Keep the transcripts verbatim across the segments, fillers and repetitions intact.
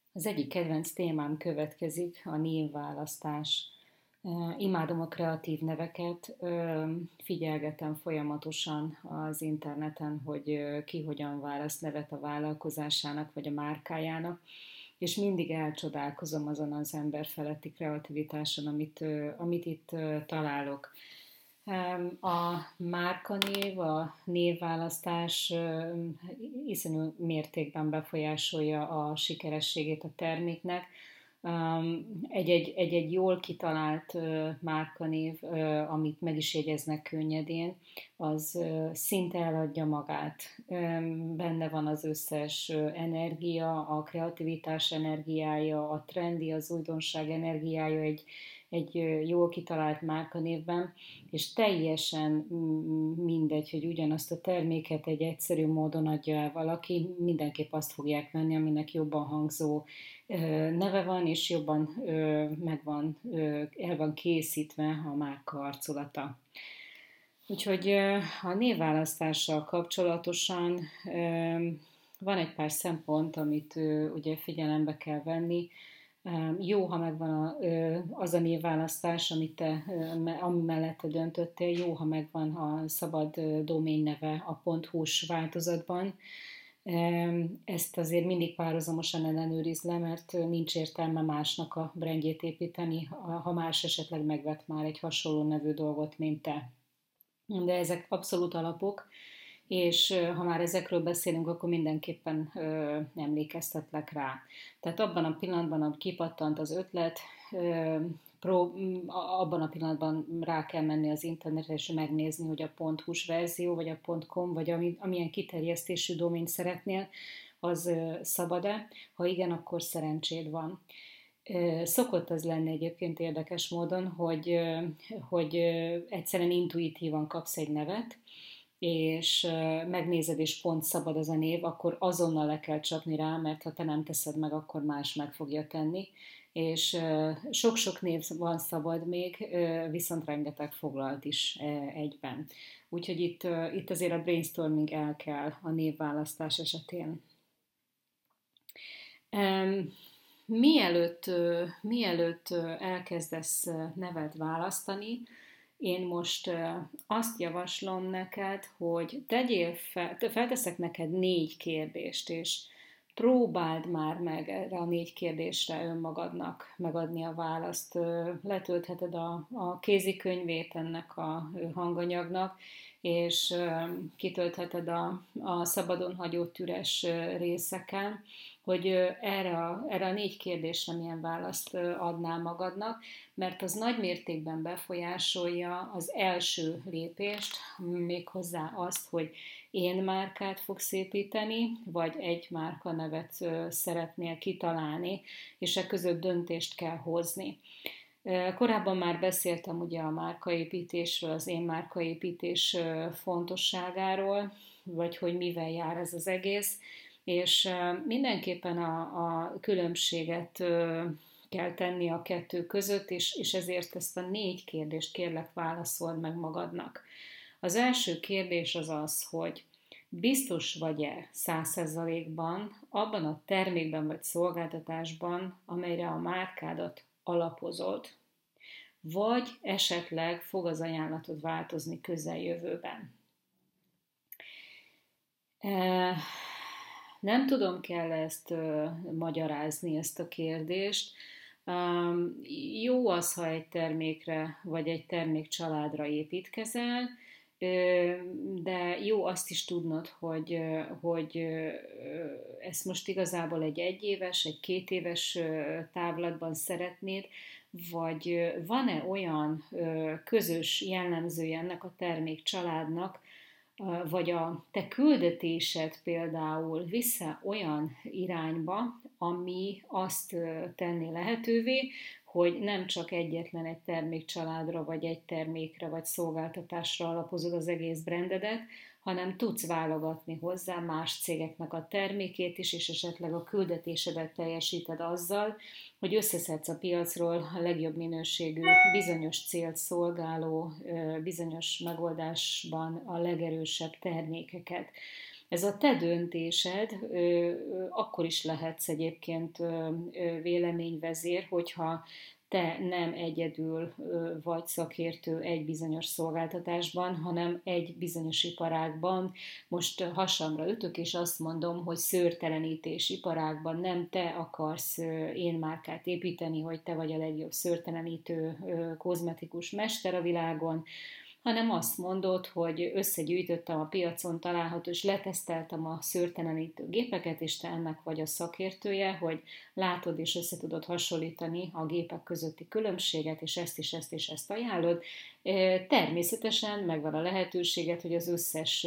Az egyik kedvenc témám következik, a névválasztás. Imádom a kreatív neveket, figyelgetem folyamatosan az interneten, hogy ki hogyan választ nevet a vállalkozásának vagy a márkájának, és mindig elcsodálkozom azon az emberfeletti kreativitáson, amit, amit itt találok. A márkanév, a névválasztás iszonyú mértékben befolyásolja a sikerességét a terméknek. Egy-egy, egy-egy jól kitalált márkanév, amit meg is jegyeznek könnyedén, az szinte eladja magát. Benne van az összes energia, a kreativitás energiája, a trendi, az újdonság energiája egy, egy jól kitalált márkanévben, és teljesen mindegy, hogy ugyanazt a terméket egy egyszerű módon adja el valaki, mindenképp azt fogják venni, aminek jobban hangzó neve van, és jobban megvan, el van készítve a márka arculata. Úgyhogy a névválasztással kapcsolatosan van egy pár szempont, amit ugye figyelembe kell venni. Jó, ha megvan az a névválasztás, amit te, ami mellett te döntöttél, jó, ha megvan a szabad doménneve a .hu-s változatban. Ezt azért mindig párhuzamosan ellenőrizd le, mert nincs értelme másnak a brandjét építeni, ha más esetleg megvett már egy hasonló nevű dolgot, mint te. De ezek abszolút alapok, és ha már ezekről beszélünk, akkor mindenképpen ö, emlékeztetlek rá. Tehát abban a pillanatban, ahogy kipattant az ötlet, ö, pró, abban a pillanatban rá kell menni az internetre, és megnézni, hogy a .hu-s verzió, vagy a .com, vagy ami, amilyen kiterjesztésű domént szeretnél, az ö, szabad-e? Ha igen, akkor szerencséd van. Szokott az lenni egyébként érdekes módon, hogy, hogy egyszerűen intuitívan kapsz egy nevet, és megnézed, és pont szabad az a név, akkor azonnal le kell csapni rá, mert ha te nem teszed meg, akkor más meg fogja tenni. És sok-sok név van szabad még, viszont rengeteg foglalt is egyben. Úgyhogy itt, itt azért a brainstorming el kell a névválasztás esetén. Mielőtt, mielőtt elkezdesz nevet választani, én most azt javaslom neked, hogy tegyél fel, felteszek neked négy kérdést, és próbáld már meg erre a négy kérdésre önmagadnak megadni a választ. Letöltheted a, a kézikönyvét ennek a hanganyagnak, és kitöltheted a, a szabadon hagyott üres részeken, hogy erre a, erre a négy kérdésre milyen választ adnál magadnak, mert az nagy mértékben befolyásolja az első lépést, méghozzá azt, hogy én márkát fogsz építeni, vagy egy márkanevet szeretnél kitalálni, és e között döntést kell hozni. Korábban már beszéltem ugye a márkaépítésről, az én márkaépítés fontosságáról, vagy hogy mivel jár ez az egész, és mindenképpen a, a különbséget kell tenni a kettő között, és, és ezért ezt a négy kérdést kérlek válaszold meg magadnak. Az első kérdés az az, hogy biztos vagy-e száz százalékban abban a termékben vagy szolgáltatásban, amelyre a márkádat alapozod, vagy esetleg fog az ajánlatod változni közeljövőben. Nem tudom, kell ezt magyarázni, ezt a kérdést. Jó az, ha egy termékre vagy egy termékcsaládra építkezel, de jó azt is tudnod, hogy, hogy ezt most igazából egy egyéves, egy kétéves távlatban szeretnéd, vagy van-e olyan közös jellemzője ennek a termékcsaládnak, vagy a te küldetésed például vissza olyan irányba, ami azt tenni lehetővé, hogy nem csak egyetlen egy termékcsaládra, vagy egy termékre, vagy szolgáltatásra alapozod az egész brandedet, hanem tudsz válogatni hozzá más cégeknek a termékét is, és esetleg a küldetésedet teljesíted azzal, hogy összeszedsz a piacról a legjobb minőségű, bizonyos célt szolgáló, bizonyos megoldásban a legerősebb termékeket. Ez a te döntésed, akkor is lehetsz egyébként véleményvezér, hogyha te nem egyedül vagy szakértő egy bizonyos szolgáltatásban, hanem egy bizonyos iparágban. Most hasamra ütök, és azt mondom, hogy szőrtelenítés iparágban nem te akarsz én márkát építeni, hogy te vagy a legjobb szőrtelenítő kozmetikus mester a világon, hanem azt mondod, hogy összegyűjtöttem a piacon található, és leteszteltem a szőrtelenítő gépeket, és te ennek vagy a szakértője, hogy látod és össze tudod hasonlítani a gépek közötti különbséget, és ezt is, ezt és ezt ajánlod. Természetesen megvan a lehetőséget, hogy az összes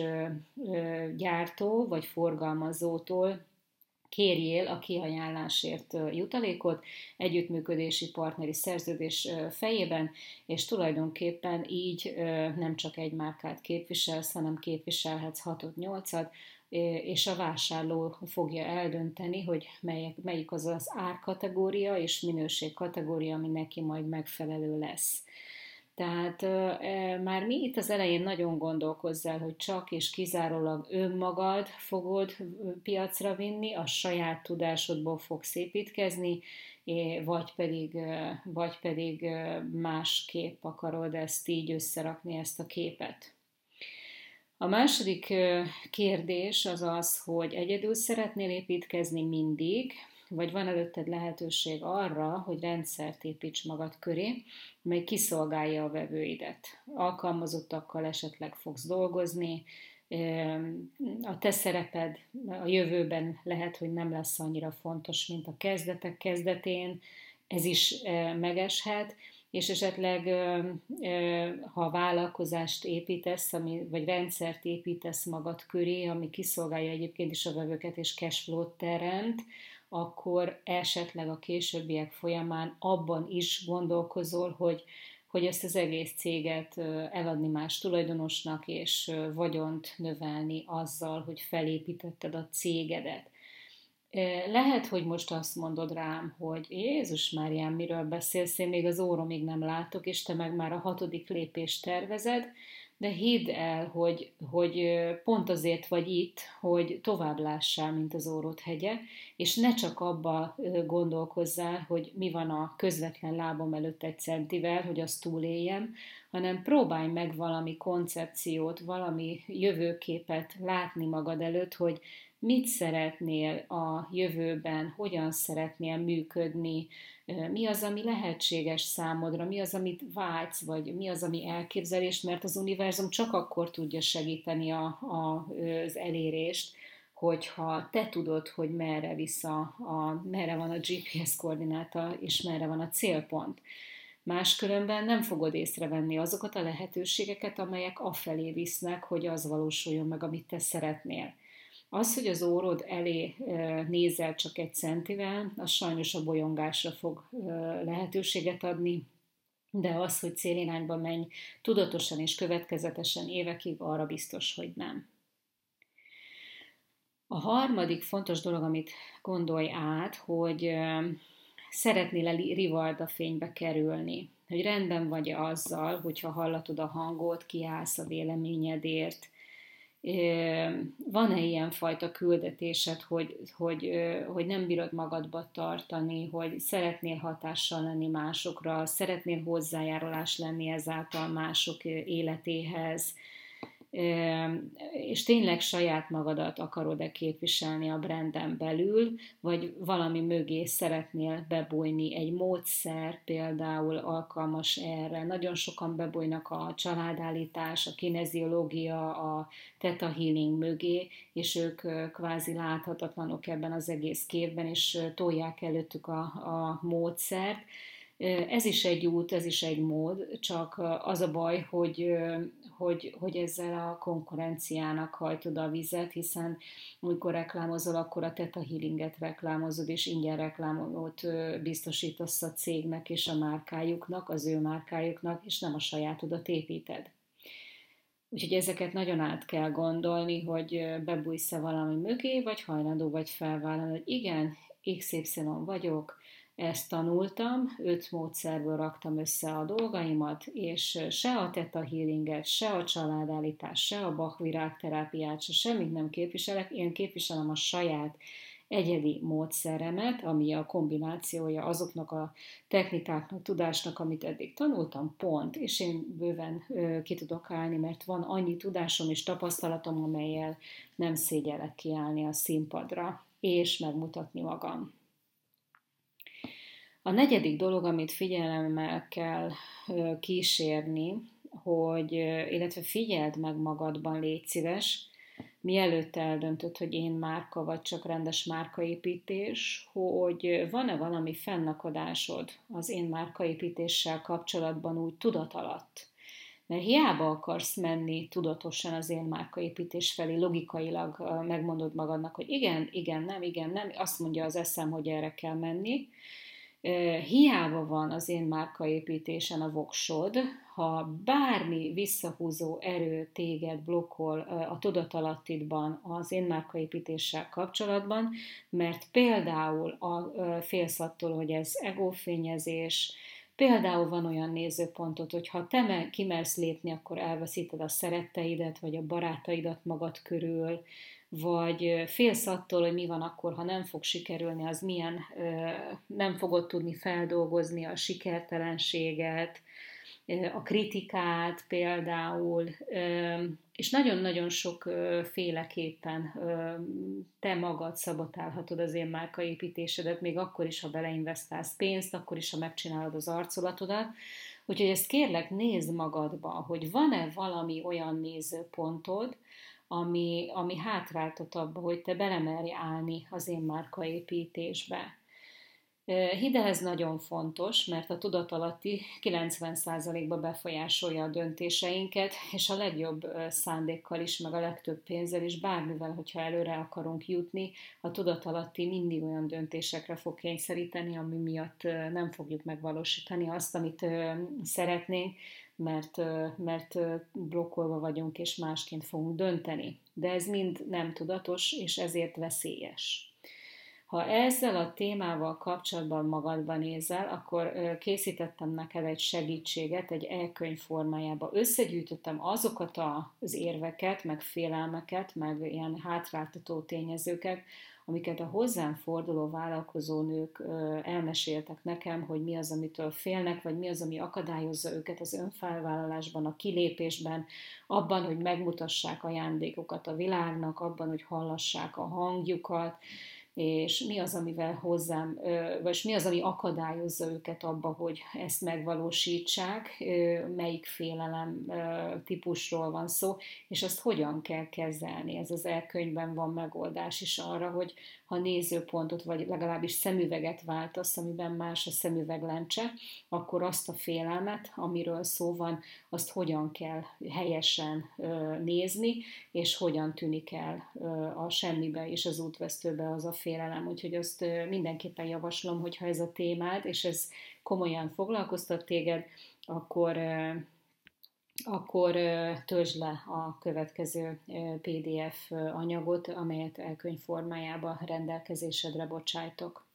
gyártó vagy forgalmazótól kérjél a kiajánlásért jutalékot együttműködési partneri szerződés fejében, és tulajdonképpen így nem csak egy márkát képviselsz, hanem képviselhetsz hatot-nyolcat, és a vásárló fogja eldönteni, hogy melyik, melyik az az árkategória és minőség kategória, ami neki majd megfelelő lesz. Tehát e, már mi itt az elején nagyon gondolkozzál, hogy csak és kizárólag önmagad fogod piacra vinni, a saját tudásodból fogsz építkezni, vagy pedig, vagy pedig másképp akarod ezt így összerakni, ezt a képet. A második kérdés az az, hogy egyedül szeretnél építkezni mindig, vagy van előtted lehetőség arra, hogy rendszert építs magad köré, mely kiszolgálja a vevőidet. Alkalmazottakkal esetleg fogsz dolgozni, a te szereped a jövőben lehet, hogy nem lesz annyira fontos, mint a kezdetek kezdetén, ez is megeshet, és esetleg ha vállalkozást építesz, ami, vagy rendszert építesz magad köré, ami kiszolgálja egyébként is a vevőket és cashflow-t teremt, akkor esetleg a későbbiek folyamán abban is gondolkozol, hogy, hogy ezt az egész céget eladni más tulajdonosnak, és vagyont növelni azzal, hogy felépítetted a cégedet. Lehet, hogy most azt mondod rám, hogy Jézus Máriám, miről beszélsz, én még az óromig nem látok, és te meg már a hatodik lépést tervezed, de hidd el, hogy, hogy pont azért vagy itt, hogy tovább lássál, mint az órod hegye, és ne csak abba gondolkozzál, hogy mi van a közvetlen lábam előtt egy centivel, hogy azt túléljem, hanem próbálj meg valami koncepciót, valami jövőképet látni magad előtt, hogy mit szeretnél a jövőben, hogyan szeretnél működni, mi az, ami lehetséges számodra, mi az, amit vágysz, vagy mi az, ami elképzelés, mert az univerzum csak akkor tudja segíteni a, a, az elérést, hogyha te tudod, hogy merre vissza, a, merre van a gé pé es koordináta, és merre van a célpont. Máskülönben nem fogod észrevenni azokat a lehetőségeket, amelyek afelé visznek, hogy az valósuljon meg, amit te szeretnél. Az, hogy az órod elé nézel csak egy centivel, az sajnos a bolyongásra fog lehetőséget adni, de az, hogy célirányba menj tudatosan és következetesen évekig, arra biztos, hogy nem. A harmadik fontos dolog, amit gondolj át, hogy szeretnél-e rivalda fénybe kerülni, hogy rendben vagy azzal, hogyha hallatod a hangot, kiállsz a véleményedért, van-e ilyen fajta küldetésed, hogy, hogy, hogy nem bírod magadba tartani, hogy szeretnél hatással lenni másokra, szeretnél hozzájárulás lenni ezáltal mások életéhez, és tényleg saját magadat akarod-e képviselni a branden belül, vagy valami mögé szeretnél bebújni, egy módszer például alkalmas erre. Nagyon sokan bebújnak a családállítás, a kineziológia, a theta healing mögé, és ők kvázi láthatatlanok ebben az egész képben, és tolják előttük a, a módszert. Ez is egy út, ez is egy mód, csak az a baj, hogy, hogy, hogy ezzel a konkurenciának hajtod a vizet, hiszen amikor reklámozol, akkor a Theta Healinget reklámozod, és ingyen reklámot biztosítasz a cégnek és a márkájuknak, az ő márkájuknak, és nem a sajátodat építed. Úgyhogy ezeket nagyon át kell gondolni, hogy bebújsz-e valami mögé, vagy hajlandó vagy felvállalni, hogy igen, iksz ipszilon vagyok, Ezt tanultam, öt módszerből raktam össze a dolgaimat, és se a Theta Healinget, se a családállítást, se a Bach virágterápiát, se semmit nem képviselek, én képviselem a saját egyedi módszeremet, ami a kombinációja azoknak a technikáknak, tudásnak, amit eddig tanultam, pont, és én bőven ö, ki tudok állni, mert van annyi tudásom és tapasztalatom, amelyel nem szégyellek kiállni a színpadra, és megmutatni magam. A negyedik dolog, amit figyelemmel kell kísérni, hogy, illetve figyeld meg magadban, légy szíves, mielőtt eldöntöd, hogy én márka, vagy csak rendes márkaépítés, hogy van-e valami fennakadásod az én márkaépítéssel kapcsolatban úgy tudat alatt. Mert hiába akarsz menni tudatosan az én márkaépítés felé, logikailag megmondod magadnak, hogy igen, igen, nem, igen, nem, azt mondja az eszem, hogy erre kell menni. Hiába van az én márkaépítésen a voksod, ha bármi visszahúzó erő téged blokkol a tudatalattidban az én márkaépítéssel kapcsolatban, mert például a, félsz attól, hogy ez egófényezés, például van olyan nézőpontod, hogy ha te kimersz lépni, akkor elveszíted a szeretteidet, vagy a barátaidat magad körül, vagy félsz attól, hogy mi van akkor, ha nem fog sikerülni, az milyen, nem fogod tudni feldolgozni a sikertelenséget, a kritikát például, és nagyon-nagyon sok féleképpen te magad szabotálhatod az én márkaépítésedet, még akkor is, ha beleinvestálsz pénzt, akkor is, ha megcsinálod az arculatodat. Úgyhogy ezt kérlek, nézd magadba, hogy van-e valami olyan nézőpontod, ami, ami hátráltat abba, hogy te belemerj állni az én márkaépítésbe. Hidd el, ez nagyon fontos, mert a tudatalatti kilencven százalékban befolyásolja a döntéseinket, és a legjobb szándékkal is, meg a legtöbb pénzzel is, bármivel, hogyha előre akarunk jutni, a tudatalatti mindig olyan döntésekre fog kényszeríteni, ami miatt nem fogjuk megvalósítani azt, amit szeretnénk, mert, mert blokkolva vagyunk, és másként fogunk dönteni. De ez mind nem tudatos, és ezért veszélyes. Ha ezzel a témával kapcsolatban magadban nézel, akkor készítettem neked egy segítséget, egy e-könyv formájába. Összegyűjtöttem azokat az érveket, meg félelmeket, meg ilyen hátráltató tényezőket, amiket a hozzám forduló vállalkozónők elmeséltek nekem, hogy mi az, amitől félnek, vagy mi az, ami akadályozza őket az önfelvállalásban, a kilépésben, abban, hogy megmutassák ajándékokat a világnak, abban, hogy hallassák a hangjukat, és mi az, amivel hozzám, vagy mi az, ami akadályozza őket abba, hogy ezt megvalósítsák, melyik félelem típusról van szó, és azt hogyan kell kezelni. Ez az e-könyvben van megoldás is arra, hogy ha nézőpontot, vagy legalábbis szemüveget váltasz, amiben más a szemüveglencse, akkor azt a félelmet, amiről szó van, azt hogyan kell helyesen nézni, és hogyan tűnik el a semmibe és az útvesztőbe az a félelem. Úgyhogy azt mindenképpen javaslom, hogyha ez a témád, és ez komolyan foglalkoztat téged, akkor, akkor töltsd le a következő pé dé ef anyagot, amelyet e-könyv formájában rendelkezésedre bocsájtok.